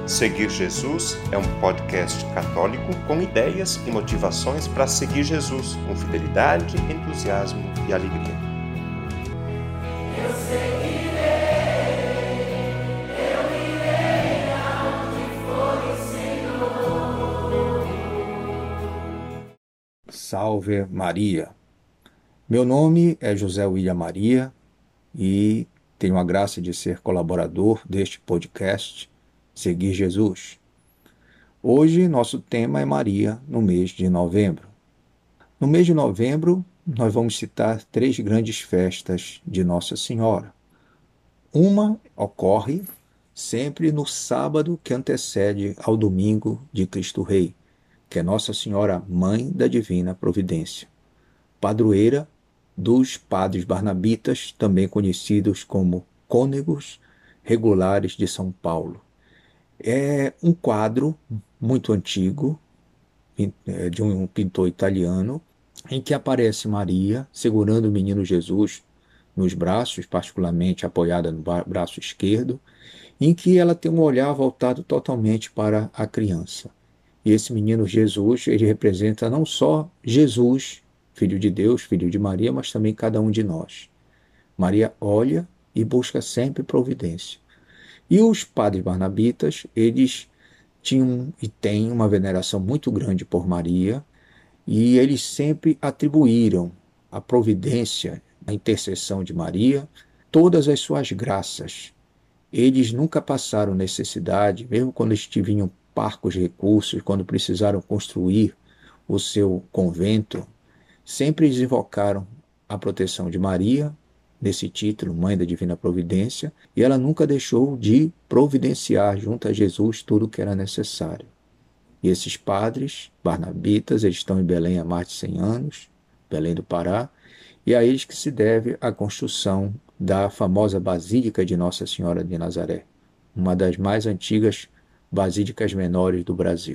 Seguir Jesus é um podcast católico com ideias e motivações para seguir Jesus com fidelidade, entusiasmo e alegria. Eu seguirei, eu irei aonde for o Senhor. Salve Maria! Meu nome é José William Maria e tenho a graça de ser colaborador deste podcast Seguir Jesus. Hoje nosso tema é Maria no mês de novembro. No mês de novembro nós vamos citar 3 grandes festas de Nossa Senhora. Uma ocorre sempre no sábado que antecede ao domingo de Cristo Rei, que é Nossa Senhora Mãe da Divina Providência, padroeira dos padres barnabitas, também conhecidos como cônegos regulares de São Paulo. É um quadro muito antigo, de um pintor italiano, em que aparece Maria segurando o menino Jesus nos braços, particularmente apoiada no braço esquerdo, em que ela tem um olhar voltado totalmente para a criança. E esse menino Jesus, ele representa não só Jesus, Filho de Deus, Filho de Maria, mas também cada um de nós. Maria olha e busca sempre providência. E os padres barnabitas, eles tinham e têm uma veneração muito grande por Maria, e eles sempre atribuíram à providência, à intercessão de Maria, todas as suas graças. Eles nunca passaram necessidade, mesmo quando eles tinham parcos recursos, quando precisaram construir o seu convento, sempre eles invocaram a proteção de Maria, nesse título, Mãe da Divina Providência, e ela nunca deixou de providenciar junto a Jesus tudo o que era necessário. E esses padres barnabitas, eles estão em Belém há mais de 100 anos, Belém do Pará, e a eles que se deve a construção da famosa Basílica de Nossa Senhora de Nazaré, uma das mais antigas basílicas menores do Brasil.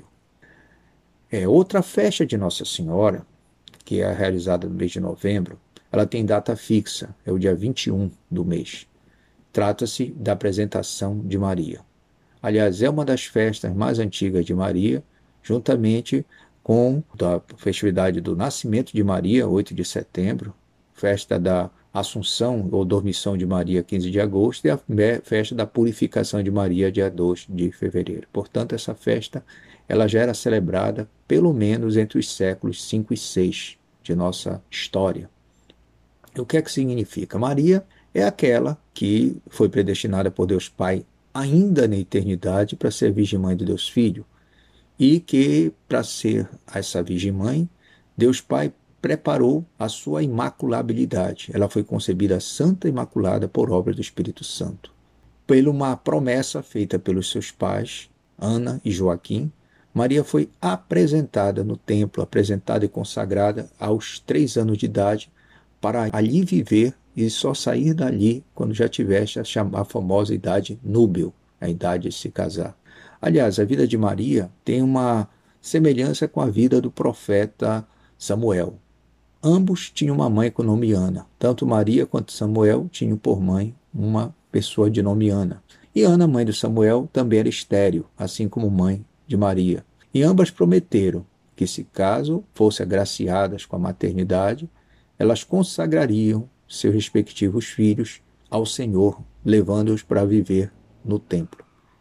Outra festa de Nossa Senhora, que é realizada no mês de novembro, ela tem data fixa, é o dia 21 do mês. Trata-se da apresentação de Maria. Aliás, é uma das festas mais antigas de Maria, juntamente com a festividade do Nascimento de Maria, 8 de setembro, festa da Assunção ou Dormição de Maria, 15 de agosto, e a festa da Purificação de Maria, dia 2 de fevereiro. Portanto, essa festa ela já era celebrada pelo menos entre os séculos 5 e 6 de nossa história. O que é que significa? Maria é aquela que foi predestinada por Deus Pai ainda na eternidade para ser Virgem Mãe do Deus Filho, e que, para ser essa Virgem Mãe, Deus Pai preparou a sua imaculabilidade. Ela foi concebida santa e imaculada por obra do Espírito Santo. Pela uma promessa feita pelos seus pais, Ana e Joaquim, Maria foi apresentada no templo, apresentada e consagrada aos 3 anos de idade, para ali viver e só sair dali quando já tivesse a famosa idade núbil, a idade de se casar. Aliás, a vida de Maria tem uma semelhança com a vida do profeta Samuel. Ambos tinham uma mãe com nome Ana. Tanto Maria quanto Samuel tinham por mãe uma pessoa de nome Ana. E Ana, mãe de Samuel, também era estéril, assim como mãe de Maria. E ambas prometeram que, se caso fossem agraciadas com a maternidade, elas consagrariam seus respectivos filhos ao Senhor, levando-os para viver no templo.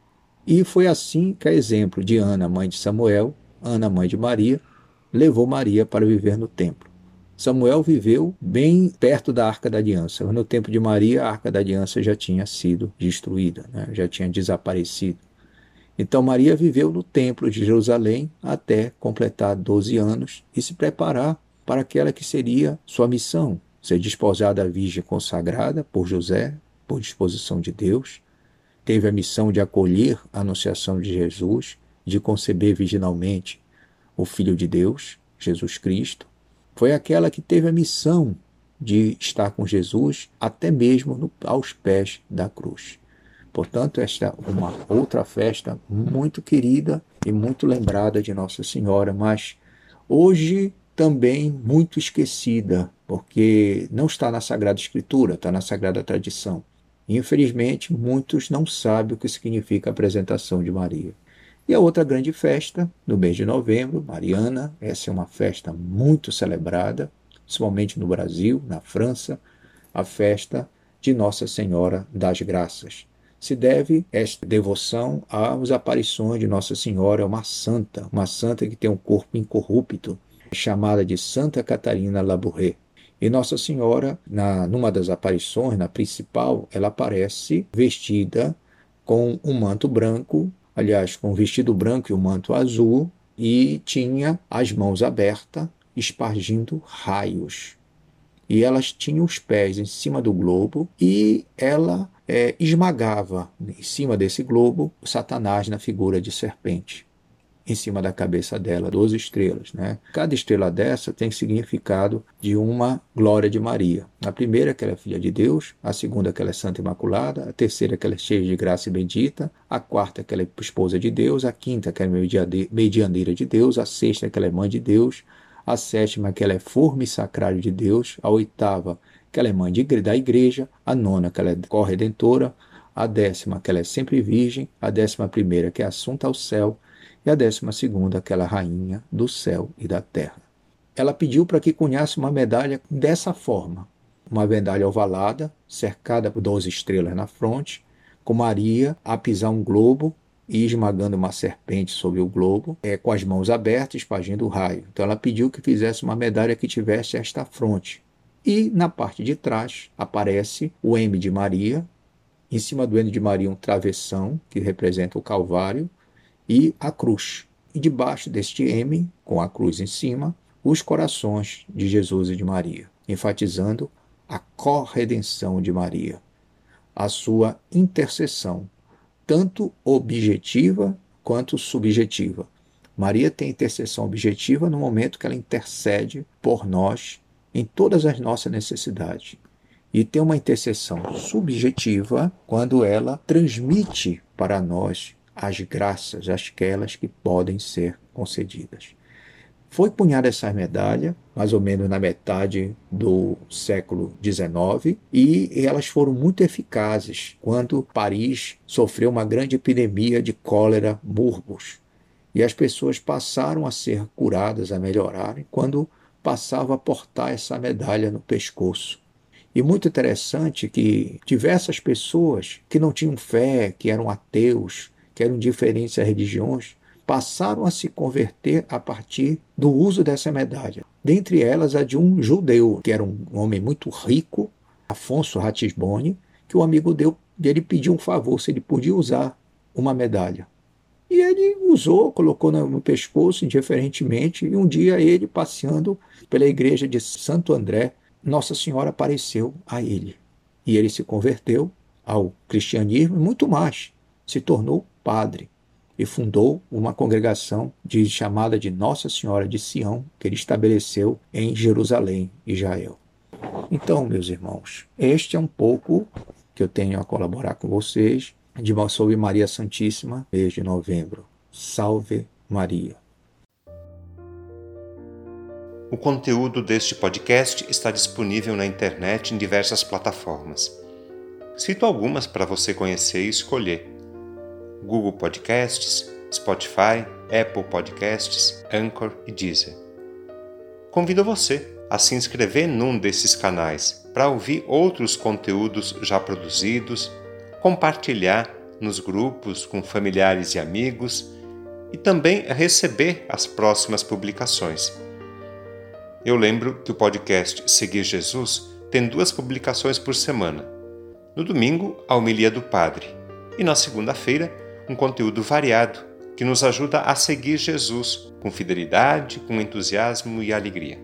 E foi assim que, a exemplo de Ana, mãe de Samuel, Ana, mãe de Maria, levou Maria para viver no templo. Samuel viveu bem perto da Arca da Aliança, mas no tempo de Maria a Arca da Aliança já tinha sido destruída, já tinha desaparecido. Então Maria viveu no templo de Jerusalém até completar 12 anos e se preparar para aquela que seria sua missão, ser desposada à Virgem consagrada por José, por disposição de Deus. Teve a missão de acolher a anunciação de Jesus, de conceber virginalmente o Filho de Deus, Jesus Cristo. Foi aquela que teve a missão de estar com Jesus até mesmo aos pés da cruz. Portanto, esta é uma outra festa muito querida e muito lembrada de Nossa Senhora, mas hoje também muito esquecida, porque não está na Sagrada Escritura, está na Sagrada Tradição. E, infelizmente, muitos não sabem o que significa a apresentação de Maria. E a outra grande festa, no mês de novembro, mariana, essa é uma festa muito celebrada, principalmente no Brasil, na França, a festa de Nossa Senhora das Graças. Se deve esta devoção às aparições de Nossa Senhora, uma santa que tem um corpo incorrupto, chamada de Santa Catarina Labouré. E Nossa Senhora, numa das aparições, na principal, ela aparece vestida com um manto branco, aliás, com um vestido branco e um manto azul, e tinha as mãos abertas, espargindo raios. E elas tinham os pés em cima do globo e ela esmagava em cima desse globo Satanás na figura de serpente. Em cima da cabeça dela, 12 estrelas. Né? Cada estrela dessa tem significado de uma glória de Maria. A primeira que ela é filha de Deus, a segunda que ela é Santa Imaculada, a terceira que ela é cheia de graça e bendita, a quarta que ela é esposa de Deus, a quinta que ela é medianeira de Deus, a sexta que ela é mãe de Deus, a sétima que ela é forma e sacrário de Deus, a oitava que ela é mãe da igreja, a nona que ela é corredentora, a décima que ela é sempre virgem, a 11ª que é assunta ao céu, e a 12ª, aquela rainha do céu e da terra. Ela pediu para que cunhasse uma medalha dessa forma, uma medalha ovalada, cercada por 12 estrelas na fronte, com Maria a pisar um globo e esmagando uma serpente sobre o globo, com as mãos abertas, espargindo o raio. Então ela pediu que fizesse uma medalha que tivesse esta fronte. E na parte de trás aparece o M de Maria, em cima do M de Maria um travessão, que representa o Calvário, e a cruz. E debaixo deste M, com a cruz em cima, os corações de Jesus e de Maria, enfatizando a corredenção de Maria, a sua intercessão, tanto objetiva quanto subjetiva. Maria tem intercessão objetiva no momento que ela intercede por nós em todas as nossas necessidades. E tem uma intercessão subjetiva quando ela transmite para nós as graças, aquelas que podem ser concedidas. Foi cunhada essa medalha, mais ou menos na metade do século XIX, e elas foram muito eficazes quando Paris sofreu uma grande epidemia de cólera morbus. E as pessoas passaram a ser curadas, a melhorarem, quando passavam a portar essa medalha no pescoço. E muito interessante que diversas pessoas que não tinham fé, que eram ateus, que eram diferentes às religiões, passaram a se converter a partir do uso dessa medalha. Dentre elas, a de um judeu, que era um homem muito rico, Afonso Ratisbonne, que o amigo dele pediu um favor, se ele podia usar uma medalha. E ele usou, colocou no pescoço, indiferentemente, e um dia ele, passeando pela igreja de Santo André, Nossa Senhora apareceu a ele. E ele se converteu ao cristianismo e muito mais, se tornou padre e fundou uma congregação chamada de Nossa Senhora de Sião, que ele estabeleceu em Jerusalém, Israel. Então, meus irmãos, este é um pouco que eu tenho a colaborar com vocês sobre Maria Santíssima, mês de novembro. Salve Maria! O conteúdo deste podcast está disponível na internet em diversas plataformas. Cito algumas para você conhecer e escolher: Google Podcasts, Spotify, Apple Podcasts, Anchor e Deezer. Convido você a se inscrever num desses canais para ouvir outros conteúdos já produzidos, compartilhar nos grupos com familiares e amigos e também receber as próximas publicações. Eu lembro que o podcast Seguir Jesus tem 2 publicações por semana. No domingo, a homilia do Padre, e na segunda-feira, um conteúdo variado que nos ajuda a seguir Jesus com fidelidade, com entusiasmo e alegria.